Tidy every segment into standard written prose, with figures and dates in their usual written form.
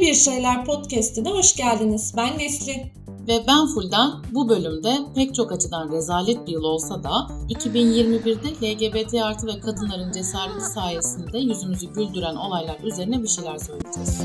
Bir Şeyler Podcast'ine hoş geldiniz. Ben Nesli. Ve ben Fulden. Bu bölümde pek çok açıdan rezalet bir yıl olsa da 2021'de LGBT artı ve kadınların cesareti sayesinde yüzümüzü güldüren olaylar üzerine bir şeyler söyleyeceğiz.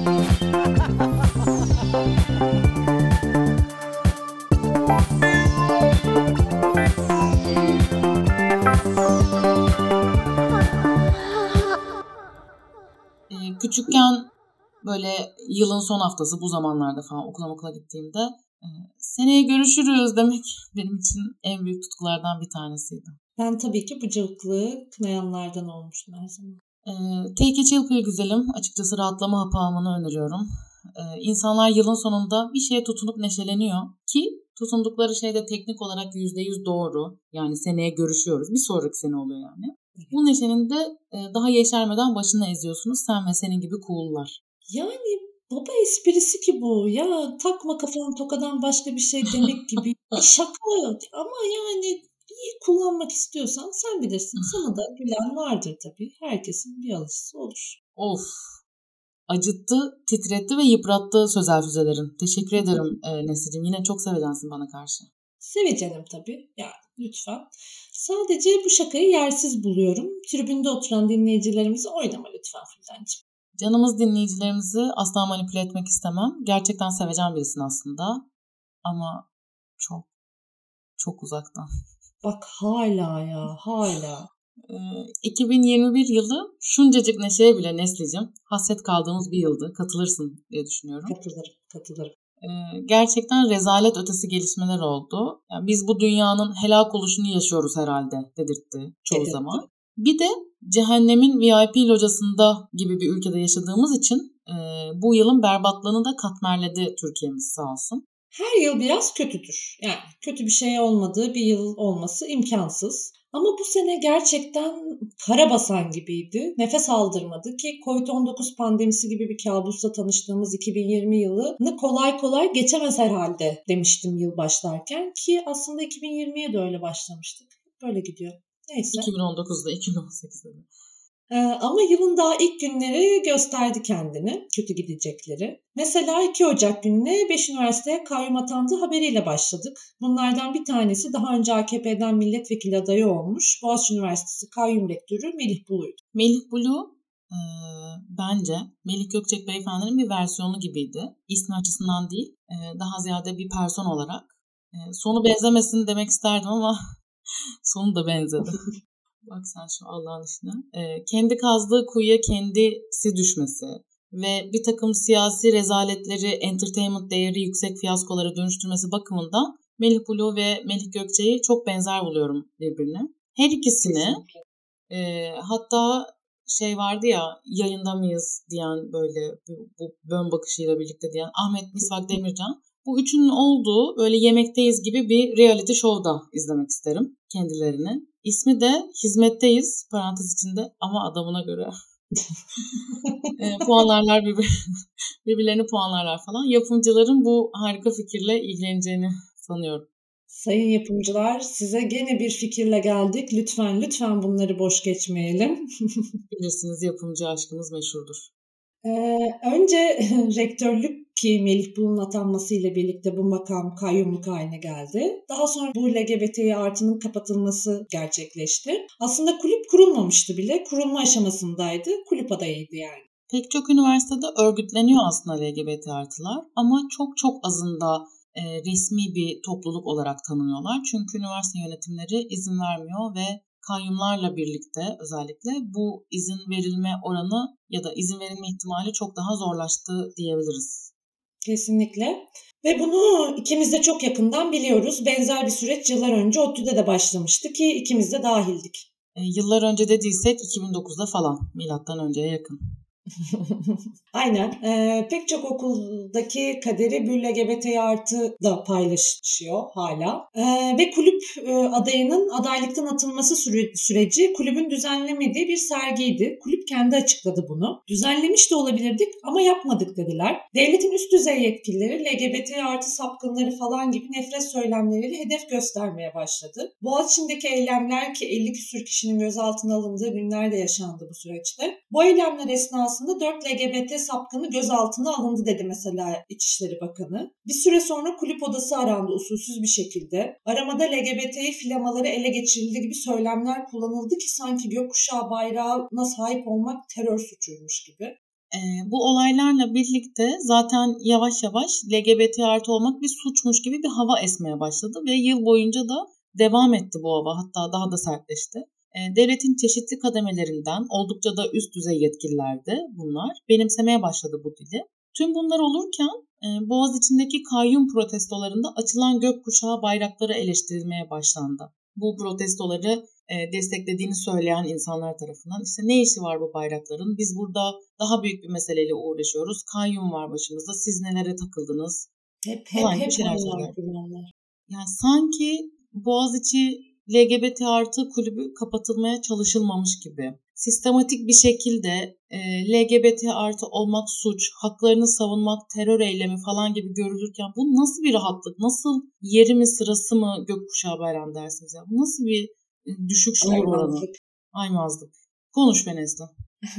Küçükken böyle yılın son haftası bu zamanlarda falan okula gittiğimde seneye görüşürüz demek benim için en büyük tutkulardan bir tanesiydi. Ben tabii ki bu cıvıklığı kınayanlardan olmuştum her zaman. Take a chill pill güzelim. Açıkçası rahatlama hapı almanı öneriyorum. İnsanlar yılın sonunda bir şeye tutunup neşeleniyor ki tutundukları şey de teknik olarak %100 doğru. Yani seneye görüşüyoruz. Bir sonraki sene oluyor yani. Bu neşenin de daha yeşermeden başını eziyorsunuz sen ve senin gibi cool'lar. Yani baba esprisi ki bu. Ya takma kafanı tokadan başka bir şey demek gibi. Şaka ama yani iyi kullanmak istiyorsan sen bilirsin. Sana da gülen vardır tabii. Herkesin bir alıcısı olur. Of. Acıttı, titretti ve yıprattı sözel füzelerin. Teşekkür ederim Nesli'cim. Yine çok sevecensin bana karşı. Sevecenim tabii. Yani lütfen. Sadece bu şakayı yersiz buluyorum. Tribünde oturan dinleyicilerimizi oynama lütfen Fulden'cim. Canımız dinleyicilerimizi asla manipüle etmek istemem. Gerçekten sevecen birisin aslında. Ama çok uzaktan. Bak hala. 2021 yılı şuncacık neşeye bile Nesli'cim hasret kaldığımız bir yıldı. Katılırsın diye düşünüyorum. Katılırım. Gerçekten rezalet ötesi gelişmeler oldu. Yani biz bu dünyanın helak oluşunu yaşıyoruz herhalde dedirtti çoğu zaman. Bir de cehennemin VIP locasında gibi bir ülkede yaşadığımız için bu yılın berbatlığını da katmerledi Türkiye'miz sağ olsun. Her yıl biraz kötüdür. Yani kötü bir şey olmadığı bir yıl olması imkansız. Ama bu sene gerçekten kara basan gibiydi. Nefes aldırmadı ki Covid-19 pandemisi gibi bir kabusla tanıştığımız 2020 yılını kolay geçemez herhalde demiştim yıl başlarken. Ki aslında 2020'ye de öyle başlamıştık. Böyle gidiyor. Neyse. 2019'da, 2018'de. Ama yılın daha ilk günleri gösterdi kendini, kötü gidecekleri. Mesela 2 Ocak gününe 5 üniversiteye kayyum atandığı haberiyle başladık. Bunlardan bir tanesi daha önce AKP'den milletvekili adayı olmuş Boğaziçi Üniversitesi kayyum rektörü Melih Bulu'ydu. Melih Bulu bence Melih Gökçek beyefendinin bir versiyonu gibiydi. İsmi açısından değil, daha ziyade bir person olarak. Sonu benzemesin demek isterdim ama sonu da benzedi. Bak sen şu Allah'ın işine. Kendi kazdığı kuyuya kendisi düşmesi ve bir takım siyasi rezaletleri entertainment değeri yüksek fiyaskolara dönüştürmesi bakımından Melih Bulu ve Melih Gökçek'i çok benzer buluyorum birbirine. Her ikisini hatta şey vardı ya yayında mıyız diyen böyle bu bön bakışıyla birlikte diyen Ahmet Misvak Demircan. Bu üçünün olduğu böyle yemekteyiz gibi bir reality show'da izlemek isterim kendilerini. İsmi de Hizmetteyiz parantez içinde ama adamına göre puanlarlar birbirlerini puanlarlar falan. Yapımcıların bu harika fikirle ilgileneceğini sanıyorum. Sayın yapımcılar size gene bir fikirle geldik. Lütfen bunları boş geçmeyelim. Bilirsiniz yapımcı aşkımız meşhurdur. Önce rektörlük ki Melih Bulu'nun atanmasıyla birlikte bu makam kayyumluk haline geldi. Daha sonra bu LGBT artının kapatılması gerçekleşti. Aslında kulüp kurulmamıştı bile. Kurulma aşamasındaydı. Kulüp adayıydı yani. Pek çok üniversitede örgütleniyor aslında LGBT artılar ama çok azında resmi bir topluluk olarak tanınıyorlar. Çünkü üniversite yönetimleri izin vermiyor ve kayyumlarla birlikte özellikle bu izin verilme oranı ya da izin verilme ihtimali çok daha zorlaştı diyebiliriz. Kesinlikle. Ve bunu ikimiz de çok yakından biliyoruz. Benzer bir süreç yıllar önce ODTÜ'de de başlamıştı ki ikimiz de dahildik. Yıllar önce dediysek 2009'da falan, milattan önceye yakın. Aynen. Pek çok okuldaki kaderi bir LGBT artı da paylaşıyor hala. Ve kulüp adayının adaylıktan atılması süreci kulübün düzenlemediği bir sergiydi. Kulüp kendi açıkladı bunu. Düzenlemiş de olabilirdik ama yapmadık dediler. Devletin üst düzey yetkilileri LGBT artı sapkınları falan gibi nefret söylemleriyle hedef göstermeye başladı. Boğaziçi'ndeki eylemler ki 50 küsur kişinin gözaltına alındığı günlerde yaşandı bu süreçte. Bu eylemler esnasında esnasında 4 LGBT sapkını gözaltına alındı dedi mesela İçişleri Bakanı. Bir süre sonra kulüp odası arandı usulsüz bir şekilde. Aramada LGBTİ flamaları ele geçirildi gibi söylemler kullanıldı ki sanki gökkuşağı bayrağına sahip olmak terör suçuymuş gibi. Bu olaylarla birlikte zaten yavaş yavaş LGBT artı olmak bir suçmuş gibi bir hava esmeye başladı ve yıl boyunca da devam etti bu hava, hatta daha da sertleşti. Devletin çeşitli kademelerinden oldukça da üst düzey yetkililerdi bunlar. Benimsemeye başladı bu dili. Tüm bunlar olurken Boğaziçi'ndeki kayyum protestolarında açılan gökkuşağı bayrakları eleştirilmeye başlandı. Bu protestoları desteklediğini söyleyen insanlar tarafından işte ne işi var bu bayrakların? Biz burada daha büyük bir meseleyle uğraşıyoruz. Kayyum var başımızda. Siz nelere takıldınız? Hep onlar. Yani sanki Boğaziçi LGBT artı kulübü kapatılmaya çalışılmamış gibi. Sistematik bir şekilde LGBT artı olmak suç, haklarını savunmak terör eylemi falan gibi görülürken bu nasıl bir rahatlık, nasıl yeri mi sırası mı gökkuşağı bayram dersiniz ya? Bu nasıl bir düşük şuur oranı? Aymazlık. Konuş be Neslihan.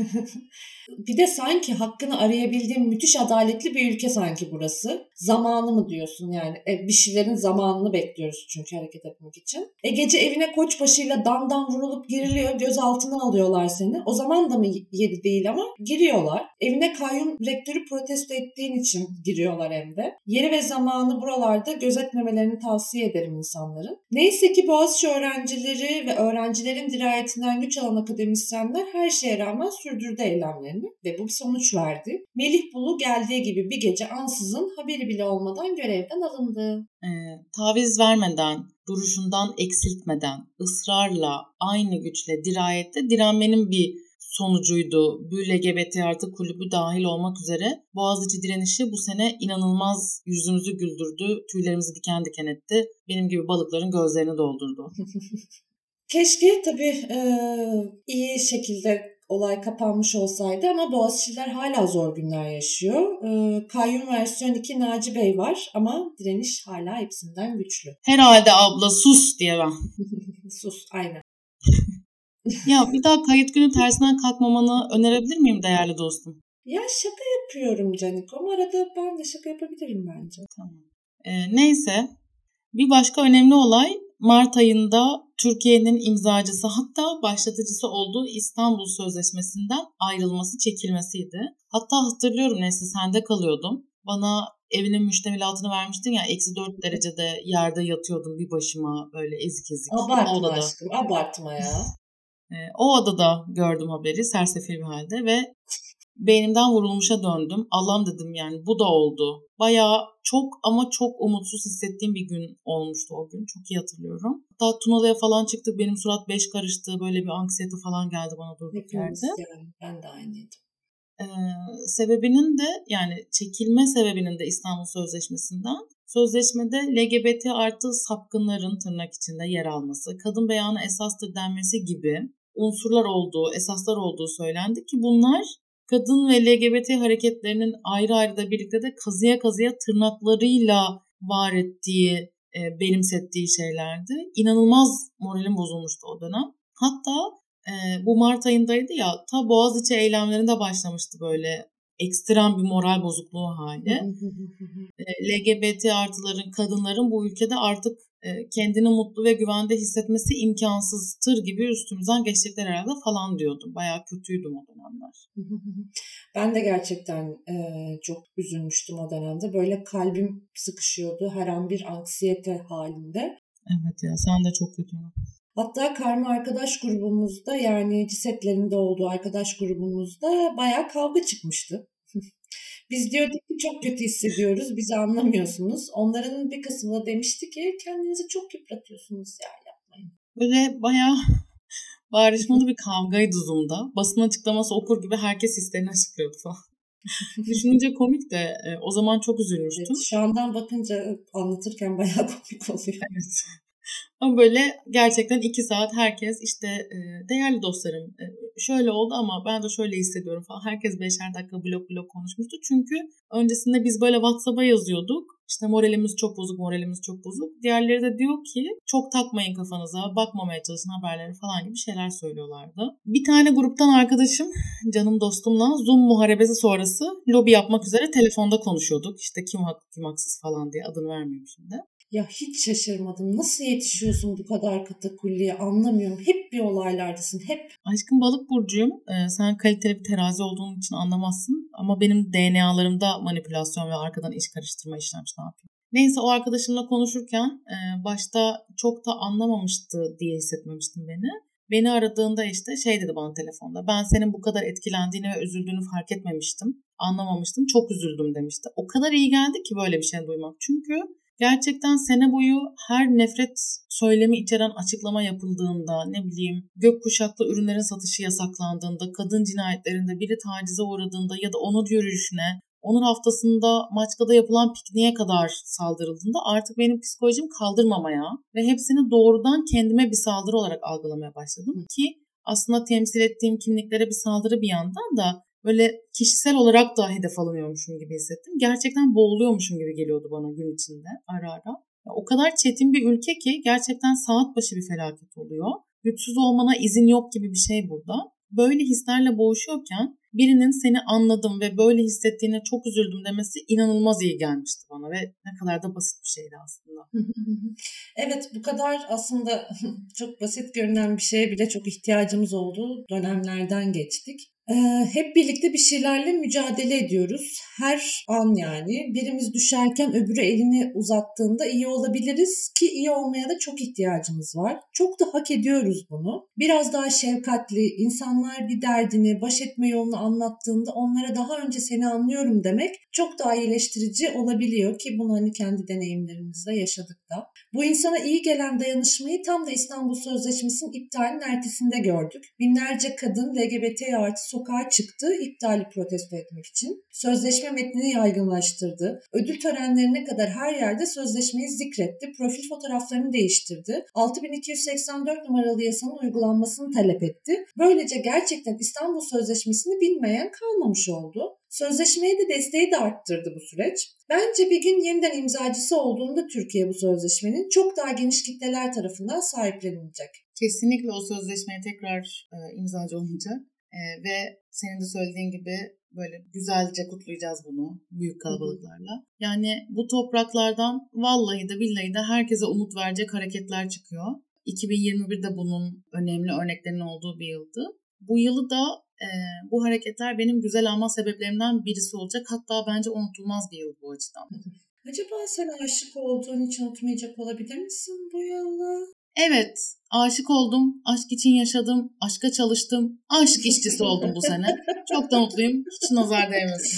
Bir de sanki hakkını arayabildiğin müthiş adaletli bir ülke sanki burası. Zamanı mı diyorsun yani? Bir şeylerin zamanını bekliyoruz çünkü hareket etmek için. Gece evine koçbaşıyla damdan vurulup giriliyor. Gözaltına alıyorlar seni. O zaman da mı yeri değil ama giriyorlar. Evine kayyum rektörü protesto ettiğin için giriyorlar hem de. Yeri ve zamanı buralarda gözetmemelerini tavsiye ederim insanların. Neyse ki Boğaziçi öğrencileri ve öğrencilerin dirayetinden güç alan akademisyenler her şeye rağmen sürdürdü eylemlerini ve bu bir sonuç verdi. Melih Bulu geldiği gibi bir gece ansızın haberi bile olmadan görevden alındı. Taviz vermeden, duruşundan eksiltmeden, ısrarla, aynı güçle, dirayette direnmenin bir sonucuydu. Bu LGBT artı kulübü dahil olmak üzere Boğaziçi direnişi bu sene inanılmaz yüzümüzü güldürdü, tüylerimizi diken diken etti. Benim gibi balıkların gözlerini doldurdu. Keşke tabii iyi şekilde olay kapanmış olsaydı ama Boğaziçi'liler hala zor günler yaşıyor. Kayyum versiyon 2 Naci Bey var ama direniş hala hepsinden güçlü. Herhalde abla sus diye ben. Sus aynen. Ya bir daha kayıt günü tersinden kalkmamanı önerebilir miyim değerli dostum? Ya şaka yapıyorum Canikom. Arada ben de şaka yapabilirim bence. Tamam. Neyse. Bir başka önemli olay Mart ayında Türkiye'nin imzacısı hatta başlatıcısı olduğu İstanbul Sözleşmesi'nden ayrılması, çekilmesiydi. Hatta hatırlıyorum Nesli, sende kalıyordum. Bana evinin müştemilatını vermiştin ya, -4 derecede yerde yatıyordum bir başıma böyle ezik ezik. Abartma aşkım, abartma ya. O odada gördüm haberi sersefil bir halde ve beynimden vurulmuşa döndüm. Allah'ım dedim, yani bu da oldu. Bayağı çok ama çok umutsuz hissettiğim bir gün olmuştu o gün. Çok iyi hatırlıyorum. Hatta Tunalı'ya falan çıktık. Benim surat 5 karıştı. Böyle bir anksiyete falan geldi bana durduk yerde. Yani ben de aynıydım. Sebebinin de yani çekilme sebebinin de İstanbul Sözleşmesi'nden. Sözleşmede LGBT artı sapkınların tırnak içinde yer alması, kadın beyanı esastır denmesi gibi unsurlar olduğu, esaslar olduğu söylendi ki bunlar kadın ve LGBT hareketlerinin ayrı ayrı da birlikte de kazıya kazıya tırnaklarıyla var ettiği, benimsettiği şeylerdi. İnanılmaz moralim bozulmuştu o dönem. Hatta bu Mart ayındaydı ya, ta Boğaziçi eylemlerinde başlamıştı böyle ekstrem bir moral bozukluğu hali. LGBT artıların, kadınların bu ülkede artık kendini mutlu ve güvende hissetmesi imkansızdır gibi üstümüzden geçecekler herhalde falan diyordum. Bayağı kötüydüm o dönemler. Ben de gerçekten çok üzülmüştüm o dönemde. Böyle kalbim sıkışıyordu her an bir anksiyete halinde. Evet ya, sen de çok kötüydün. Hatta karma arkadaş grubumuzda, yani cisetlerinde olduğu arkadaş grubumuzda bayağı kavga çıkmıştı. Biz diyorduk ki çok kötü hissediyoruz, bizi anlamıyorsunuz. Onların bir kısmı da demişti ki kendinizi çok yıpratıyorsunuz ya, yapmayın. Böyle bayağı bağırışmalı bir kavgaydı Zoom'da. Basın açıklaması okur gibi herkes hislerini açıklıyordu falan. Düşününce komik de o zaman çok üzülmüştüm. Evet, şu andan bakınca anlatırken bayağı komik oluyor. Evet. Ama böyle gerçekten 2 saat herkes işte değerli dostlarım şöyle oldu ama ben de şöyle hissediyorum falan. Herkes 5'er dakika blok konuşmuştu. Çünkü öncesinde biz böyle WhatsApp'a yazıyorduk. İşte moralimiz çok bozuk, moralimiz çok bozuk. Diğerleri de diyor ki çok takmayın kafanıza, bakmamaya çalışın haberleri falan gibi şeyler söylüyorlardı. Bir tane gruptan arkadaşım, canım dostumla Zoom muharebesi sonrası lobi yapmak üzere telefonda konuşuyorduk. İşte kim haklı kim haksız falan diye, adını vermeyeyim şimdi. Ya hiç şaşırmadım. Nasıl yetişiyorsun bu kadar katakulliye, anlamıyorum. Hep bir olaylardasın, hep. Aşkım balık burcuyum. Sen kaliteli bir terazi olduğun için anlamazsın. Ama benim DNA'larımda manipülasyon ve arkadan iş karıştırma işlemiş, ne yapayım. Neyse, o arkadaşımla konuşurken başta çok da anlamamıştı diye hissetmemiştim beni. Beni aradığında işte şey dedi bana telefonda. Ben senin bu kadar etkilendiğini ve üzüldüğünü fark etmemiştim. Anlamamıştım. Çok üzüldüm demişti. O kadar iyi geldi ki böyle bir şey duymak. Çünkü gerçekten sene boyu her nefret söylemi içeren açıklama yapıldığında, ne bileyim gökkuşaklı ürünlerin satışı yasaklandığında, kadın cinayetlerinde biri tacize uğradığında ya da onur yürüyüşüne, onur haftasında Maçka'da yapılan pikniğe kadar saldırıldığında artık benim psikolojim kaldırmamaya ve hepsini doğrudan kendime bir saldırı olarak algılamaya başladım ki aslında temsil ettiğim kimliklere bir saldırı bir yandan da böyle kişisel olarak da hedef alınıyormuşum gibi hissettim. Gerçekten boğuluyormuşum gibi geliyordu bana gün içinde ara ara. Ya, o kadar çetin bir ülke ki gerçekten saat başı bir felaket oluyor. Güçsüz olmana izin yok gibi bir şey burada. Böyle hislerle boğuşuyorken birinin seni anladım ve böyle hissettiğine çok üzüldüm demesi inanılmaz iyi gelmişti bana ve ne kadar da basit bir şeydi aslında. Evet, bu kadar aslında çok basit görünen bir şeye bile çok ihtiyacımız olduğu dönemlerden geçtik. Hep birlikte bir şeylerle mücadele ediyoruz. Her an yani. Birimiz düşerken öbürü elini uzattığında iyi olabiliriz ki iyi olmaya da çok ihtiyacımız var. Çok da hak ediyoruz bunu. Biraz daha şefkatli, insanlar bir derdini, baş etme yolunu anlattığında onlara daha önce seni anlıyorum demek çok daha iyileştirici olabiliyor ki bunu hani kendi deneyimlerimizde yaşadık da. Bu insana iyi gelen dayanışmayı tam da İstanbul Sözleşmesi'nin iptalinin ertesinde gördük. Binlerce kadın LGBT artı sokağa çıktı iptali protesto etmek için. Sözleşme metnini yaygınlaştırdı. Ödül törenlerine kadar her yerde sözleşmeyi zikretti. Profil fotoğraflarını değiştirdi. 6284 numaralı yasanın uygulanmasını talep etti. Böylece gerçekten İstanbul Sözleşmesi'ni bilmeyen kalmamış oldu. Sözleşmeye de desteği de arttırdı bu süreç. Bence bir gün yeniden imzacısı olduğunda Türkiye bu sözleşmenin çok daha geniş kitleler tarafından sahiplenilecek. Kesinlikle o sözleşmeye tekrar imzacı olunacak ve senin de söylediğin gibi böyle güzelce kutlayacağız bunu büyük kalabalıklarla. Yani bu topraklardan vallahi de billahi de herkese umut verecek hareketler çıkıyor. 2021'de bunun önemli örneklerinin olduğu bir yıldı. Bu yılı da bu hareketler benim güzel alma sebeplerimden birisi olacak. Hatta bence unutulmaz bir yıl bu açıdan. Acaba sen aşık olduğun için unutmayacak olabilir misin bu yılı? Evet, aşık oldum, aşk için yaşadım, aşka çalıştım, aşk işçisi oldum bu sene. Çok da mutluyum, hiç nazar değmesin.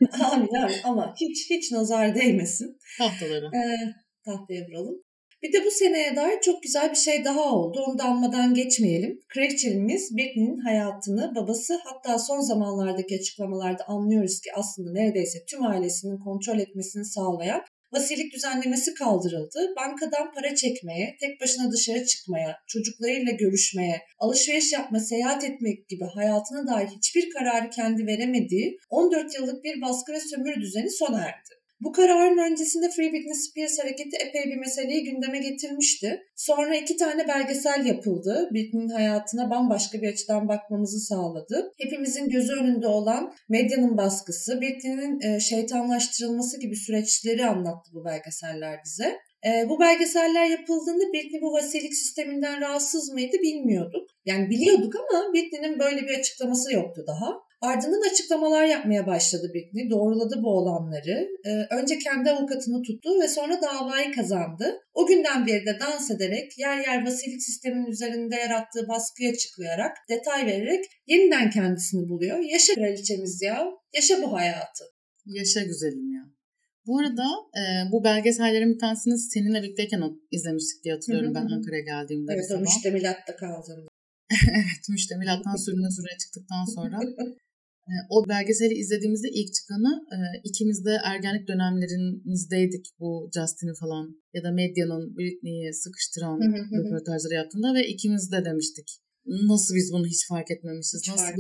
Amin ama hiç nazar değmesin. Tahtaları. Tahtaya vuralım. Bir de bu seneye dair çok güzel bir şey daha oldu. Onu da anmadan geçmeyelim. Kraliçemiz Britney'nin hayatını, babası hatta son zamanlardaki açıklamalarda anlıyoruz ki aslında neredeyse tüm ailesinin kontrol etmesini sağlayan vasilik düzenlemesi kaldırıldı. Bankadan para çekmeye, tek başına dışarı çıkmaya, çocuklarıyla görüşmeye, alışveriş yapma, seyahat etmek gibi hayatına dair hiçbir kararı kendi veremediği 14 yıllık bir baskı ve sömürü düzeni sona erdi. Bu kararın öncesinde Free Britney Spears hareketi epey bir meseleyi gündeme getirmişti. Sonra 2 tane belgesel yapıldı. Britney'nin hayatına bambaşka bir açıdan bakmamızı sağladı. Hepimizin gözü önünde olan medyanın baskısı, Britney'nin şeytanlaştırılması gibi süreçleri anlattı bu belgeseller bize. Bu belgeseller yapıldığında Britney bu vasilik sisteminden rahatsız mıydı bilmiyorduk. Yani biliyorduk ama Britney'nin böyle bir açıklaması yoktu daha. Ardından açıklamalar yapmaya başladı Britney. Doğruladı bu olanları. Önce kendi avukatını tuttu ve sonra davayı kazandı. O günden beri de dans ederek, yer yer vasilik sisteminin üzerinde yarattığı baskıyı açıklayarak, detay vererek yeniden kendisini buluyor. Yaşa kraliçemiz ya, yaşa bu hayatı. Yaşa güzelim ya. Bu arada bu belgesellerin bir tanesini seninle birlikteyken izlemiştik diye hatırlıyorum ben Ankara'ya geldiğimde. Evet, o müştemilatta kaldığında. Evet, müştemilattan sürüne çıktıktan sonra. O belgeseli izlediğimizde ilk çıkanı ikimiz de ergenlik dönemlerimizdeydik bu Justin'i falan ya da medyanın Britney'i sıkıştıran röportajları yaptığında ve ikimiz de demiştik. Nasıl biz bunu hiç fark etmemişiz?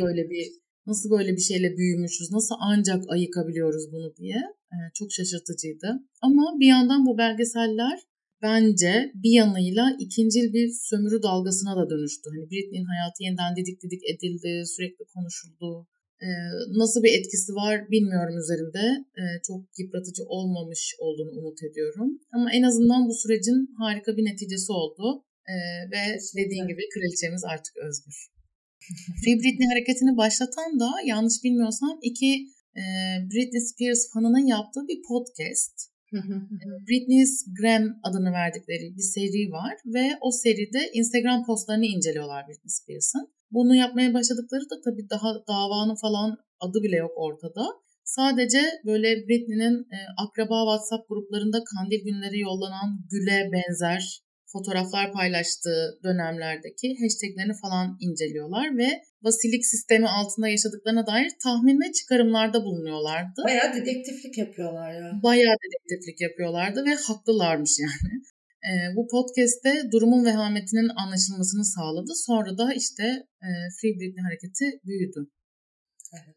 Nasıl böyle bir şeyle büyümüşüz? Nasıl ancak ayıkabiliyoruz bunu diye. Çok şaşırtıcıydı. Ama bir yandan bu belgeseller bence bir yanıyla ikincil bir sömürü dalgasına da dönüştü. Hani Britney'in hayatı yeniden didik didik edildi, sürekli konuşuldu. Nasıl bir etkisi var bilmiyorum üzerinde. Çok yıpratıcı olmamış olduğunu umut ediyorum. Ama en azından bu sürecin harika bir neticesi oldu. Ve dediğin gibi kraliçemiz artık özgür. Free Britney hareketini başlatan da yanlış bilmiyorsam iki Britney Spears fanının yaptığı bir podcast. Britney's Gram adını verdikleri bir seri var ve o seride Instagram postlarını inceliyorlar Britney Spears'ın. Bunu yapmaya başladıkları da tabii daha davanın falan adı bile yok ortada. Sadece böyle Britney'nin akraba WhatsApp gruplarında kandil günleri yollanan güle benzer fotoğraflar paylaştığı dönemlerdeki hashtaglerini falan inceliyorlar ve vasilik sistemi altında yaşadıklarına dair tahmin ve çıkarımlarda bulunuyorlardı. Bayağı dedektiflik yapıyorlar ya. Bayağı dedektiflik yapıyorlardı ve haklılarmış yani. Bu podcast'te durumun vehametinin anlaşılmasını sağladı. Sonra da işte Free Britney hareketi büyüdü. Evet.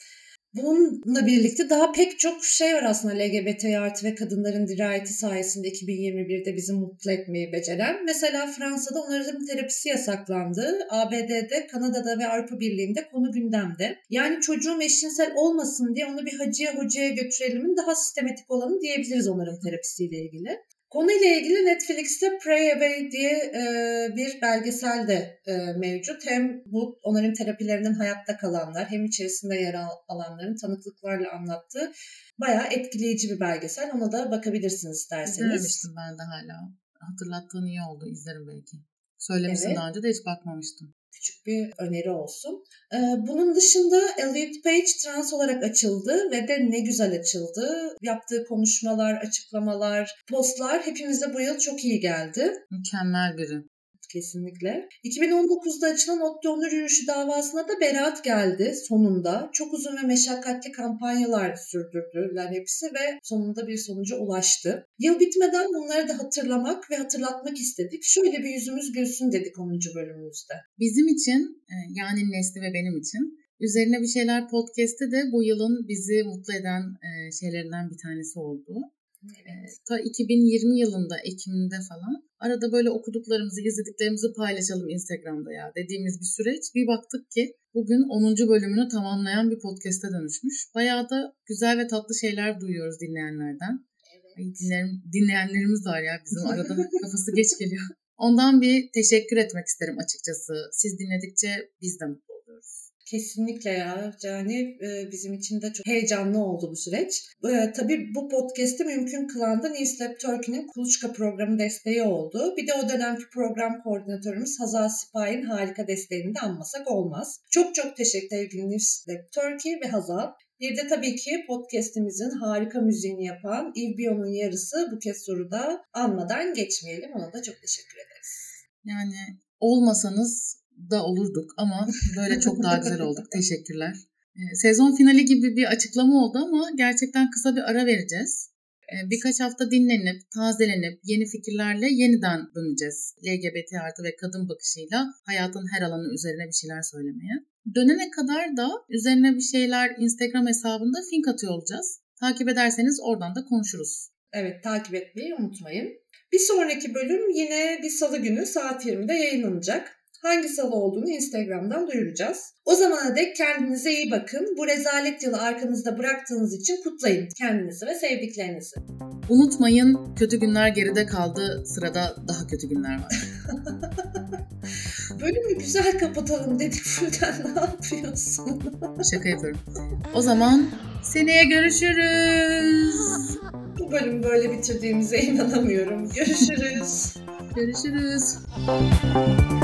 Bununla birlikte daha pek çok şey var aslında LGBT artı ve kadınların dirayeti sayesinde 2021'de bizi mutlu etmeyi beceren. Mesela Fransa'da onarım terapisi yasaklandı. ABD'de, Kanada'da ve Avrupa Birliği'nde konu gündemde. Yani çocuğum eşcinsel olmasın diye onu bir hocaya götürelimin daha sistematik olanı diyebiliriz onarım terapisiyle ilgili. Konuyla ilgili Netflix'te Pray Away diye bir belgesel de mevcut. Hem bu onarım terapilerinden hayatta kalanlar hem içerisinde yer alanların tanıklıklarla anlattığı bayağı etkileyici bir belgesel. Ona da bakabilirsiniz isterseniz. İzlememiştim ben de hala. Hatırlattığın iyi oldu. İzlerim belki. Söylemişsin evet. Daha önce de hiç bakmamıştım. Küçük bir öneri olsun. Bunun dışında Elliot Page trans olarak açıldı ve de ne güzel açıldı. Yaptığı konuşmalar, açıklamalar, postlar hepimize bu yıl çok iyi geldi. Mükemmel biri. Kesinlikle. 2019'da açılan ODTÜ Onur Yürüyüşü davasına da beraat geldi sonunda. Çok uzun ve meşakkatli kampanyalar sürdürdüler hepsi ve sonunda bir sonuca ulaştı. Yıl bitmeden bunları da hatırlamak ve hatırlatmak istedik. Şöyle bir yüzümüz gülsün dedik 10. bölümümüzde. Bizim için yani Nesli ve benim için Üzerine Bir Şeyler podcast'te de bu yılın bizi mutlu eden şeylerinden bir tanesi oldu. Evet. Ta 2020 yılında Ekim'inde falan arada böyle okuduklarımızı, izlediklerimizi paylaşalım Instagram'da ya dediğimiz bir süreç. Bir baktık ki bugün 10. bölümünü tamamlayan bir podcast'e dönüşmüş. Bayağı da güzel ve tatlı şeyler duyuyoruz dinleyenlerden. Evet. Dinleyenlerimiz var ya bizim arada kafası geç geliyor. Ondan bir teşekkür etmek isterim açıkçası. Siz dinledikçe biz de mutlu oluyoruz. Kesinlikle ya. Yani bizim için de çok heyecanlı oldu bu süreç. Tabii bu podcast'i mümkün kılan da Newslab Turkey'nin Kuluçka programı desteği oldu. Bir de o dönemki program koordinatörümüz Hazal Sipahi'nin harika desteğini de anmasak olmaz. Çok çok teşekkür sevgili Newslab Turkey ve Hazal. Bir de tabii ki podcast'imizin harika müziğini yapan İvbio'nun yarısı Buket Soru'da anmadan geçmeyelim. Ona da çok teşekkür ederiz. Yani olmasanız da olurduk ama böyle çok daha güzel olduk. Teşekkürler. Sezon finali gibi bir açıklama oldu ama gerçekten kısa bir ara vereceğiz. Birkaç hafta dinlenip, tazelenip, yeni fikirlerle yeniden döneceğiz. LGBT artı ve kadın bakışıyla hayatın her alanı üzerine bir şeyler söylemeye. Dönene kadar da üzerine bir şeyler Instagram hesabında fink atıyor olacağız. Takip ederseniz oradan da konuşuruz. Evet, takip etmeyi unutmayın. Bir sonraki bölüm yine bir salı günü saat 20'de yayınlanacak. Hangi salı olduğunu Instagram'dan duyuracağız. O zamana dek kendinize iyi bakın. Bu rezalet yılı arkanızda bıraktığınız için kutlayın kendinizi ve sevdiklerinizi. Unutmayın, kötü günler geride kaldı. Sırada daha kötü günler var. Bölümü güzel kapatalım dedik. Fulden ne yapıyorsun? Şaka yapıyorum. O zaman seneye görüşürüz. Bu bölümü böyle bitirdiğimize inanamıyorum. Görüşürüz. Görüşürüz.